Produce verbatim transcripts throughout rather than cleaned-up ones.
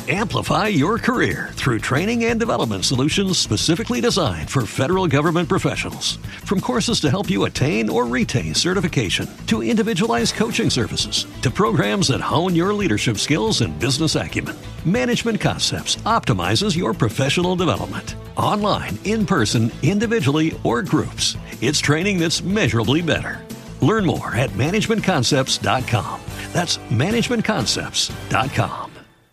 Amplify your career through training and development solutions specifically designed for federal government professionals. From courses to help you attain or retain certification, to individualized coaching services, to programs that hone your leadership skills and business acumen, Management Concepts optimizes your professional development. Online, in person, individually, or groups, it's training that's measurably better. Learn more at management concepts dot com. That's management concepts dot com.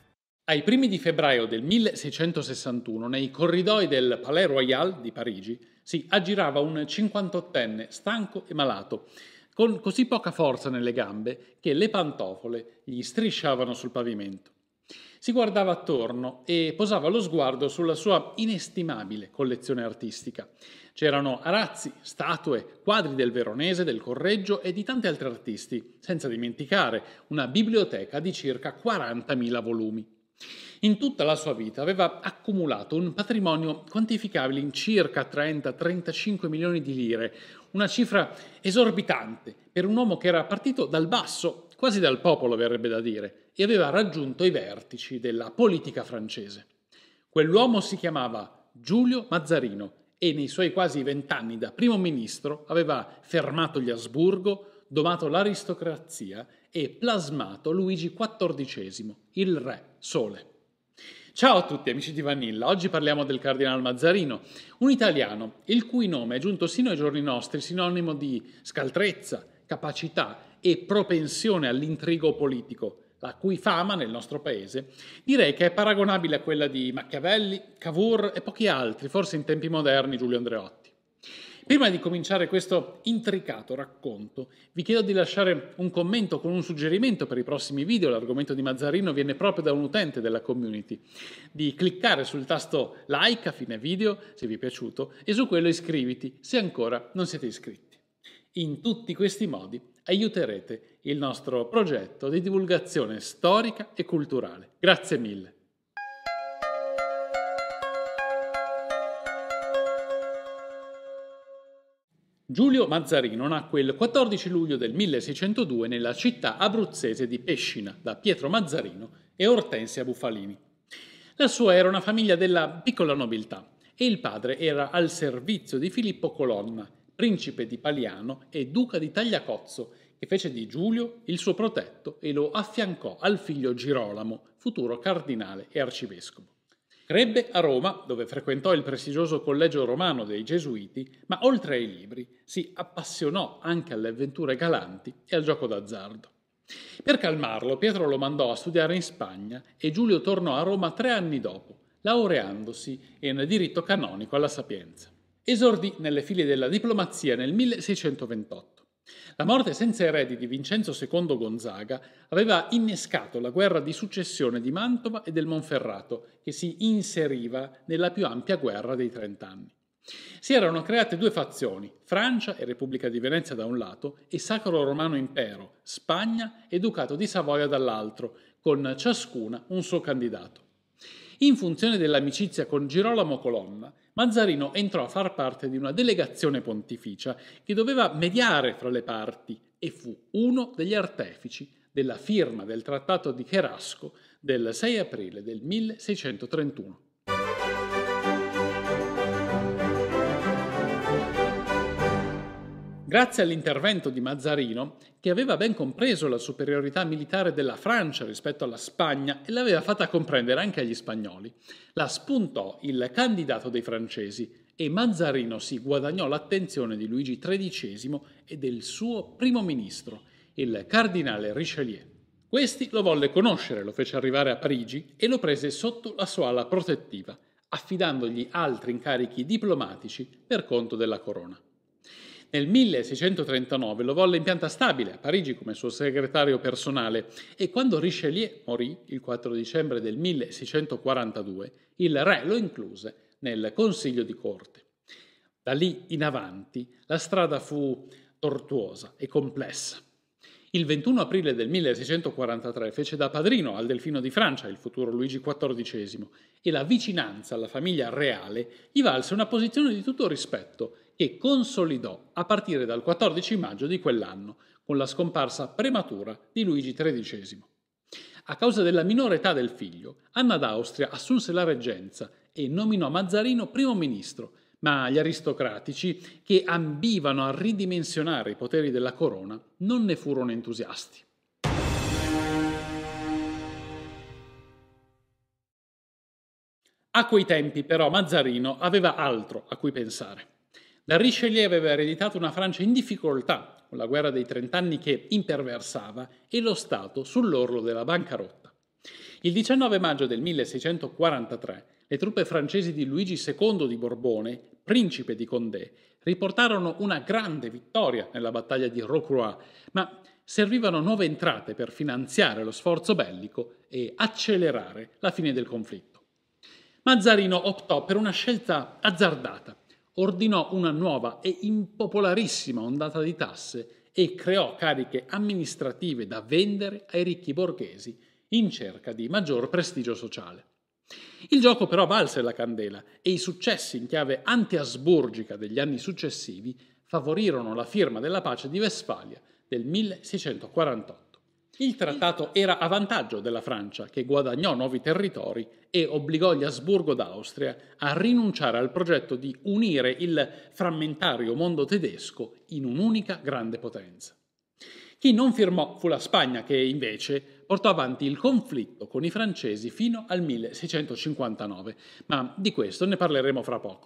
Ai primi di febbraio del milleseicentosessantuno, nei corridoi del Palais Royal di Parigi, si aggirava un cinquantottenne stanco e malato, con così poca forza nelle gambe che le pantofole gli strisciavano sul pavimento. Si guardava attorno e posava lo sguardo sulla sua inestimabile collezione artistica. C'erano arazzi, statue, quadri del Veronese, del Correggio e di tanti altri artisti, senza dimenticare una biblioteca di circa quarantamila volumi. In tutta la sua vita aveva accumulato un patrimonio quantificabile in circa trenta trentacinque milioni di lire, una cifra esorbitante per un uomo che era partito dal basso, quasi dal popolo verrebbe da dire, e aveva raggiunto i vertici della politica francese. Quell'uomo si chiamava Giulio Mazzarino e nei suoi quasi vent'anni da primo ministro aveva fermato gli Asburgo, domato l'aristocrazia e plasmato Luigi quattordicesimo, il Re Sole. Ciao a tutti amici di Vanilla, oggi parliamo del Cardinal Mazzarino, un italiano il cui nome è giunto sino ai giorni nostri sinonimo di scaltrezza, capacità e propensione all'intrigo politico, la cui fama nel nostro paese direi che è paragonabile a quella di Machiavelli, Cavour e pochi altri, forse in tempi moderni Giulio Andreotti. Prima di cominciare questo intricato racconto, vi chiedo di lasciare un commento con un suggerimento per i prossimi video. L'argomento di Mazzarino viene proprio da un utente della community. Di cliccare sul tasto like a fine video, se vi è piaciuto, e su quello iscriviti, se ancora non siete iscritti. In tutti questi modi aiuterete il nostro progetto di divulgazione storica e culturale. Grazie mille. Giulio Mazzarino nacque il quattordici luglio del milleseicentodue nella città abruzzese di Pescina da Pietro Mazzarino e Ortensia Bufalini. La sua era una famiglia della piccola nobiltà e il padre era al servizio di Filippo Colonna, principe di Paliano e duca di Tagliacozzo, che fece di Giulio il suo protetto e lo affiancò al figlio Girolamo, futuro cardinale e arcivescovo. Crebbe a Roma, dove frequentò il prestigioso collegio romano dei Gesuiti, ma oltre ai libri si appassionò anche alle avventure galanti e al gioco d'azzardo. Per calmarlo, Pietro lo mandò a studiare in Spagna e Giulio tornò a Roma tre anni dopo, laureandosi in diritto canonico alla Sapienza. Esordì nelle file della diplomazia nel milleseicentoventotto. La morte senza eredi di Vincenzo secondo Gonzaga aveva innescato la guerra di successione di Mantova e del Monferrato, che si inseriva nella più ampia guerra dei trent'anni. Si erano create due fazioni, Francia e Repubblica di Venezia da un lato e Sacro Romano Impero, Spagna e Ducato di Savoia dall'altro, con ciascuna un suo candidato. In funzione dell'amicizia con Girolamo Colonna, Mazzarino entrò a far parte di una delegazione pontificia che doveva mediare fra le parti e fu uno degli artefici della firma del Trattato di Cherasco del sei aprile del milleseicentotrentuno. Grazie all'intervento di Mazzarino, che aveva ben compreso la superiorità militare della Francia rispetto alla Spagna e l'aveva fatta comprendere anche agli spagnoli, la spuntò il candidato dei francesi e Mazzarino si guadagnò l'attenzione di Luigi tredicesimo e del suo primo ministro, il cardinale Richelieu. Questi lo volle conoscere, lo fece arrivare a Parigi e lo prese sotto la sua ala protettiva, affidandogli altri incarichi diplomatici per conto della corona. Nel milleseicentotrentanove lo volle in pianta stabile a Parigi come suo segretario personale e quando Richelieu morì il quattro dicembre del milleseicentoquarantadue, il re lo incluse nel Consiglio di Corte. Da lì in avanti la strada fu tortuosa e complessa. Il ventuno aprile del milleseicentoquarantatré fece da padrino al Delfino di Francia, il futuro Luigi quattordicesimo, e la vicinanza alla famiglia reale gli valse una posizione di tutto rispetto che consolidò a partire dal quattordici maggio di quell'anno, con la scomparsa prematura di Luigi tredicesimo. A causa della minore età del figlio, Anna d'Austria assunse la reggenza e nominò Mazzarino primo ministro, ma gli aristocratici, che ambivano a ridimensionare i poteri della corona, non ne furono entusiasti. A quei tempi, però, Mazzarino aveva altro a cui pensare. Da Richelieu aveva ereditato una Francia in difficoltà, con la guerra dei trent'anni che imperversava e lo Stato sull'orlo della bancarotta. Il diciannove maggio del milleseicentoquarantatré le truppe francesi di Luigi secondo di Borbone, principe di Condé, riportarono una grande vittoria nella battaglia di Rocroi, ma servivano nuove entrate per finanziare lo sforzo bellico e accelerare la fine del conflitto. Mazzarino optò per una scelta azzardata. Ordinò una nuova e impopolarissima ondata di tasse e creò cariche amministrative da vendere ai ricchi borghesi in cerca di maggior prestigio sociale. Il gioco però valse la candela e i successi in chiave anti-asburgica degli anni successivi favorirono la firma della pace di Westfalia del milleseicentoquarantotto. Il trattato era a vantaggio della Francia, che guadagnò nuovi territori e obbligò gli Asburgo d'Austria a rinunciare al progetto di unire il frammentario mondo tedesco in un'unica grande potenza. Chi non firmò fu la Spagna, che invece portò avanti il conflitto con i francesi fino al milleseicentocinquantanove, ma di questo ne parleremo fra poco.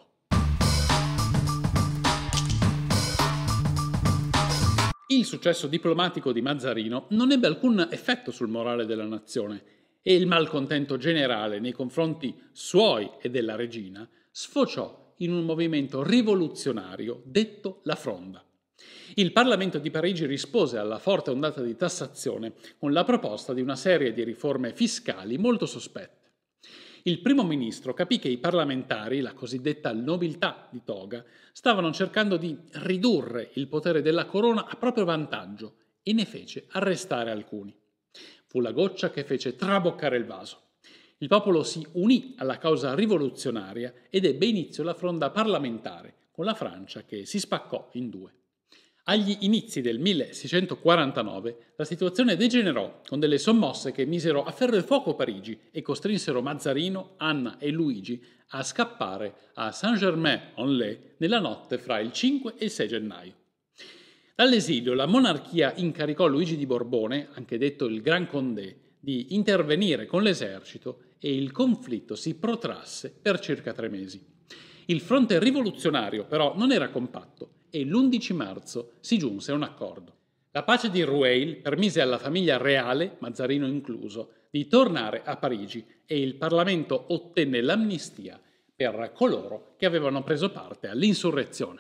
Il successo diplomatico di Mazzarino non ebbe alcun effetto sul morale della nazione e il malcontento generale nei confronti suoi e della regina sfociò in un movimento rivoluzionario detto la Fronda. Il Parlamento di Parigi rispose alla forte ondata di tassazione con la proposta di una serie di riforme fiscali molto sospette. Il primo ministro capì che i parlamentari, la cosiddetta nobiltà di toga, stavano cercando di ridurre il potere della corona a proprio vantaggio e ne fece arrestare alcuni. Fu la goccia che fece traboccare il vaso. Il popolo si unì alla causa rivoluzionaria ed ebbe inizio la fronda parlamentare, con la Francia che si spaccò in due. Agli inizi del milleseicentoquarantanove la situazione degenerò con delle sommosse che misero a ferro e fuoco Parigi e costrinsero Mazzarino, Anna e Luigi a scappare a Saint-Germain-en-Laye nella notte fra il cinque e il sei gennaio. Dall'esilio la monarchia incaricò Luigi di Borbone, anche detto il Gran Condé, di intervenire con l'esercito e il conflitto si protrasse per circa tre mesi. Il fronte rivoluzionario però non era compatto e l'undici marzo si giunse a un accordo. La pace di Rueil permise alla famiglia reale, Mazzarino incluso, di tornare a Parigi e il Parlamento ottenne l'amnistia per coloro che avevano preso parte all'insurrezione.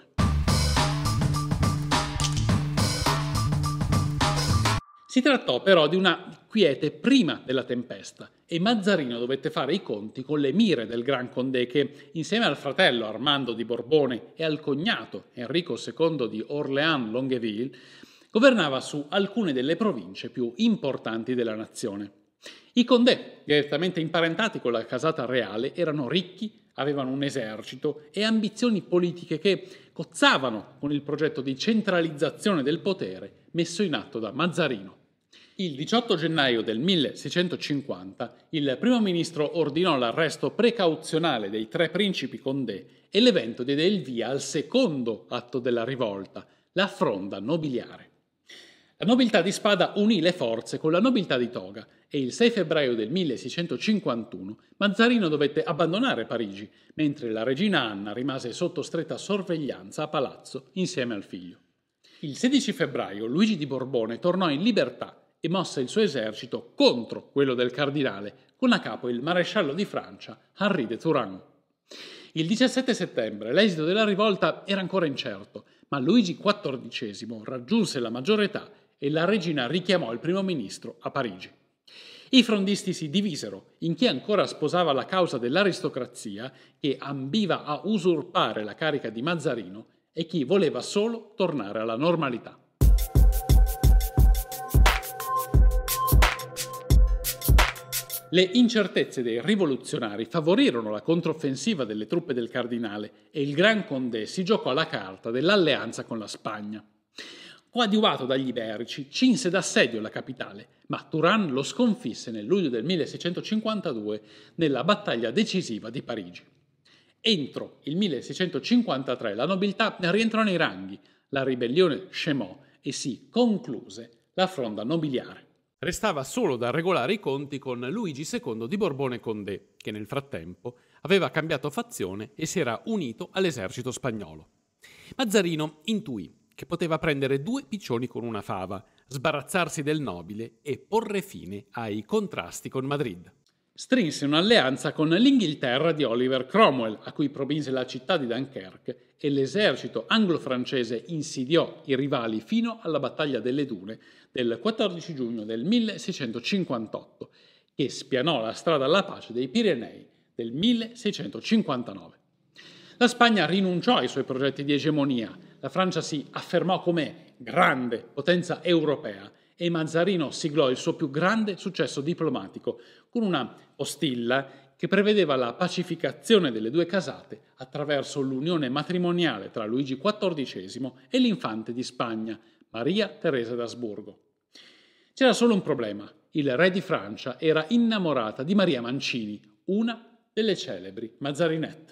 Si trattò però di una quiete prima della tempesta e Mazzarino dovette fare i conti con le mire del Gran Condé che, insieme al fratello Armando di Borbone e al cognato Enrico secondo di Orléans-Longueville, governava su alcune delle province più importanti della nazione. I Condé, direttamente imparentati con la casata reale, erano ricchi, avevano un esercito e ambizioni politiche che cozzavano con il progetto di centralizzazione del potere messo in atto da Mazzarino. Il diciotto gennaio del milleseicentocinquanta il primo ministro ordinò l'arresto precauzionale dei tre principi Condé e l'evento diede il via al secondo atto della rivolta, la fronda nobiliare. La nobiltà di spada unì le forze con la nobiltà di toga e il sei febbraio del milleseicentocinquantuno Mazzarino dovette abbandonare Parigi, mentre la regina Anna rimase sotto stretta sorveglianza a palazzo insieme al figlio. Il sedici febbraio Luigi di Borbone tornò in libertà e mosse il suo esercito contro quello del cardinale, con a capo il maresciallo di Francia Henri de Turenne. Il diciassette settembre l'esito della rivolta era ancora incerto, ma Luigi quattordicesimo raggiunse la maggiore età e la regina richiamò il primo ministro a Parigi. I frondisti si divisero in chi ancora sposava la causa dell'aristocrazia, che ambiva a usurpare la carica di Mazzarino, e chi voleva solo tornare alla normalità. Le incertezze dei rivoluzionari favorirono la controffensiva delle truppe del cardinale e il Gran Condé si giocò la carta dell'alleanza con la Spagna. coadiuvato dagli Iberici, cinse d'assedio la capitale, ma Turan lo sconfisse nel luglio del milleseicentocinquantadue nella battaglia decisiva di Parigi. Entro il milleseicentocinquantatré la nobiltà rientrò nei ranghi, la ribellione scemò e si concluse la fronda nobiliare. Restava solo da regolare i conti con Luigi secondo di Borbone-Condé, che nel frattempo aveva cambiato fazione e si era unito all'esercito spagnolo. Mazzarino intuì che poteva prendere due piccioni con una fava, sbarazzarsi del nobile e porre fine ai contrasti con Madrid. Strinse un'alleanza con l'Inghilterra di Oliver Cromwell, a cui provinse la città di Dunkerque, e l'esercito anglo-francese insidiò i rivali fino alla battaglia delle Dune del quattordici giugno del milleseicentocinquantotto, che spianò la strada alla pace dei Pirenei del milleseicentocinquantanove. La Spagna rinunciò ai suoi progetti di egemonia, la Francia si affermò come grande potenza europea e Mazzarino siglò il suo più grande successo diplomatico con una postilla che prevedeva la pacificazione delle due casate attraverso l'unione matrimoniale tra Luigi quattordicesimo e l'infante di Spagna, Maria Teresa d'Asburgo. C'era solo un problema: il re di Francia era innamorata di Maria Mancini, una delle celebri Mazzarinette.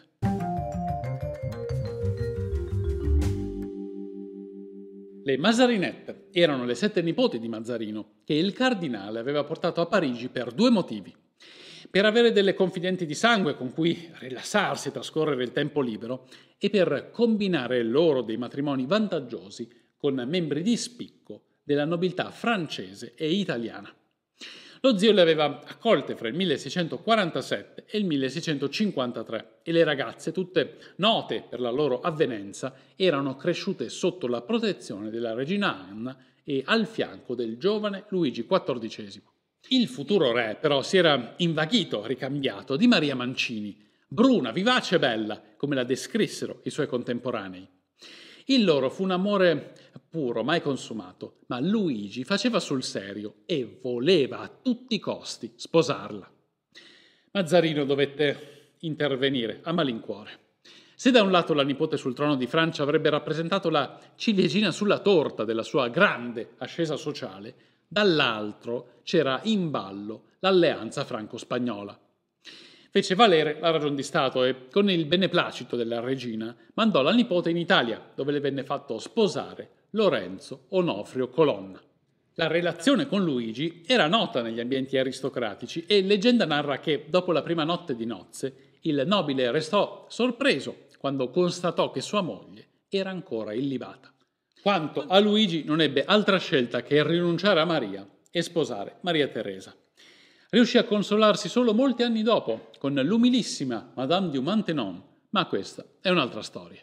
Le Mazzarinette erano le sette nipoti di Mazzarino, che il cardinale aveva portato a Parigi per due motivi: per avere delle confidenti di sangue con cui rilassarsi e trascorrere il tempo libero, e per combinare loro dei matrimoni vantaggiosi con membri di spicco della nobiltà francese e italiana. Lo zio le aveva accolte fra il milleseicentoquarantasette e il milleseicentocinquantatré e le ragazze, tutte note per la loro avvenenza, erano cresciute sotto la protezione della regina Anna e al fianco del giovane Luigi quattordicesimo. Il futuro re però si era invaghito, ricambiato, di Maria Mancini, bruna, vivace e bella, come la descrissero i suoi contemporanei. Il loro fu un amore puro, mai consumato, ma Luigi faceva sul serio e voleva a tutti i costi sposarla. Mazzarino dovette intervenire a malincuore. Se da un lato la nipote sul trono di Francia avrebbe rappresentato la ciliegina sulla torta della sua grande ascesa sociale, dall'altro c'era in ballo l'alleanza franco-spagnola. Fece valere la ragion di Stato e, con il beneplacito della regina, mandò la nipote in Italia, dove le venne fatto sposare Lorenzo Onofrio Colonna. La relazione con Luigi era nota negli ambienti aristocratici e leggenda narra che, dopo la prima notte di nozze, il nobile restò sorpreso quando constatò che sua moglie era ancora illibata. Quanto a Luigi, non ebbe altra scelta che rinunciare a Maria e sposare Maria Teresa. Riuscì a consolarsi solo molti anni dopo con l'umilissima Madame du Maintenon, ma questa è un'altra storia.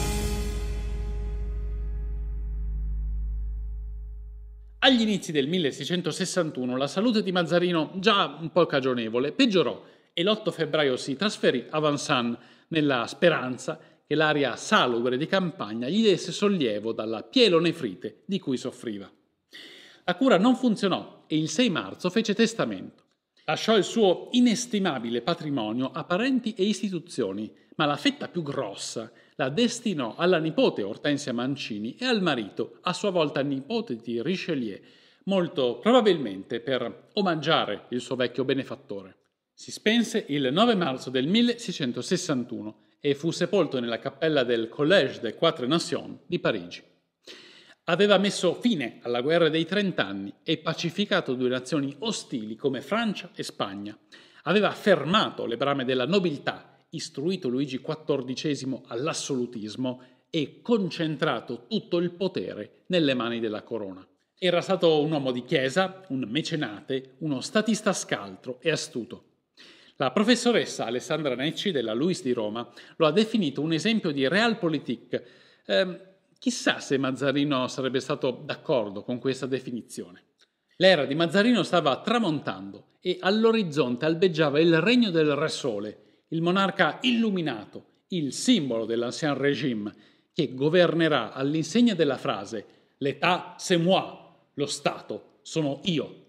Agli inizi del milleseicentosessantuno la salute di Mazzarino, già un po' cagionevole, peggiorò e l'otto febbraio si trasferì a Vincennes nella speranza che l'aria salubre di campagna gli desse sollievo dalla pielonefrite di cui soffriva. La cura non funzionò e il sei marzo fece testamento. Lasciò il suo inestimabile patrimonio a parenti e istituzioni, ma la fetta più grossa la destinò alla nipote Ortensia Mancini e al marito, a sua volta nipote di Richelieu, molto probabilmente per omaggiare il suo vecchio benefattore. Si spense il nove marzo del milleseicentosessantuno e fu sepolto nella cappella del Collège des Quatre Nations di Parigi. Aveva messo fine alla guerra dei trent'anni e pacificato due nazioni ostili come Francia e Spagna. Aveva fermato le brame della nobiltà, istruito Luigi quattordicesimo all'assolutismo e concentrato tutto il potere nelle mani della corona. Era stato un uomo di chiesa, un mecenate, uno statista scaltro e astuto. La professoressa Alessandra Necci della Luis di Roma lo ha definito un esempio di realpolitik. Eh, chissà se Mazzarino sarebbe stato d'accordo con questa definizione. L'era di Mazzarino stava tramontando e all'orizzonte albeggiava il regno del Re Sole, il monarca illuminato, il simbolo dell'Ancien Régime, che governerà all'insegna della frase «L'État c'est moi», lo Stato sono io.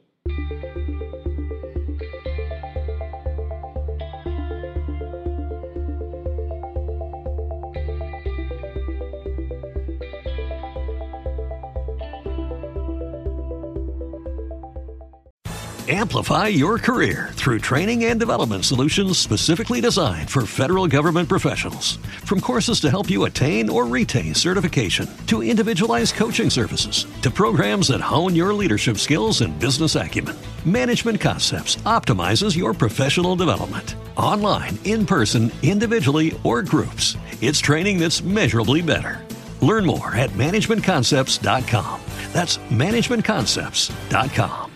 Amplify your career through training and development solutions specifically designed for federal government professionals. From courses to help you attain or retain certification, to individualized coaching services, to programs that hone your leadership skills and business acumen, Management Concepts optimizes your professional development. Online, in person, individually, or groups, it's training that's measurably better. Learn more at management concepts dot com. That's management concepts dot com.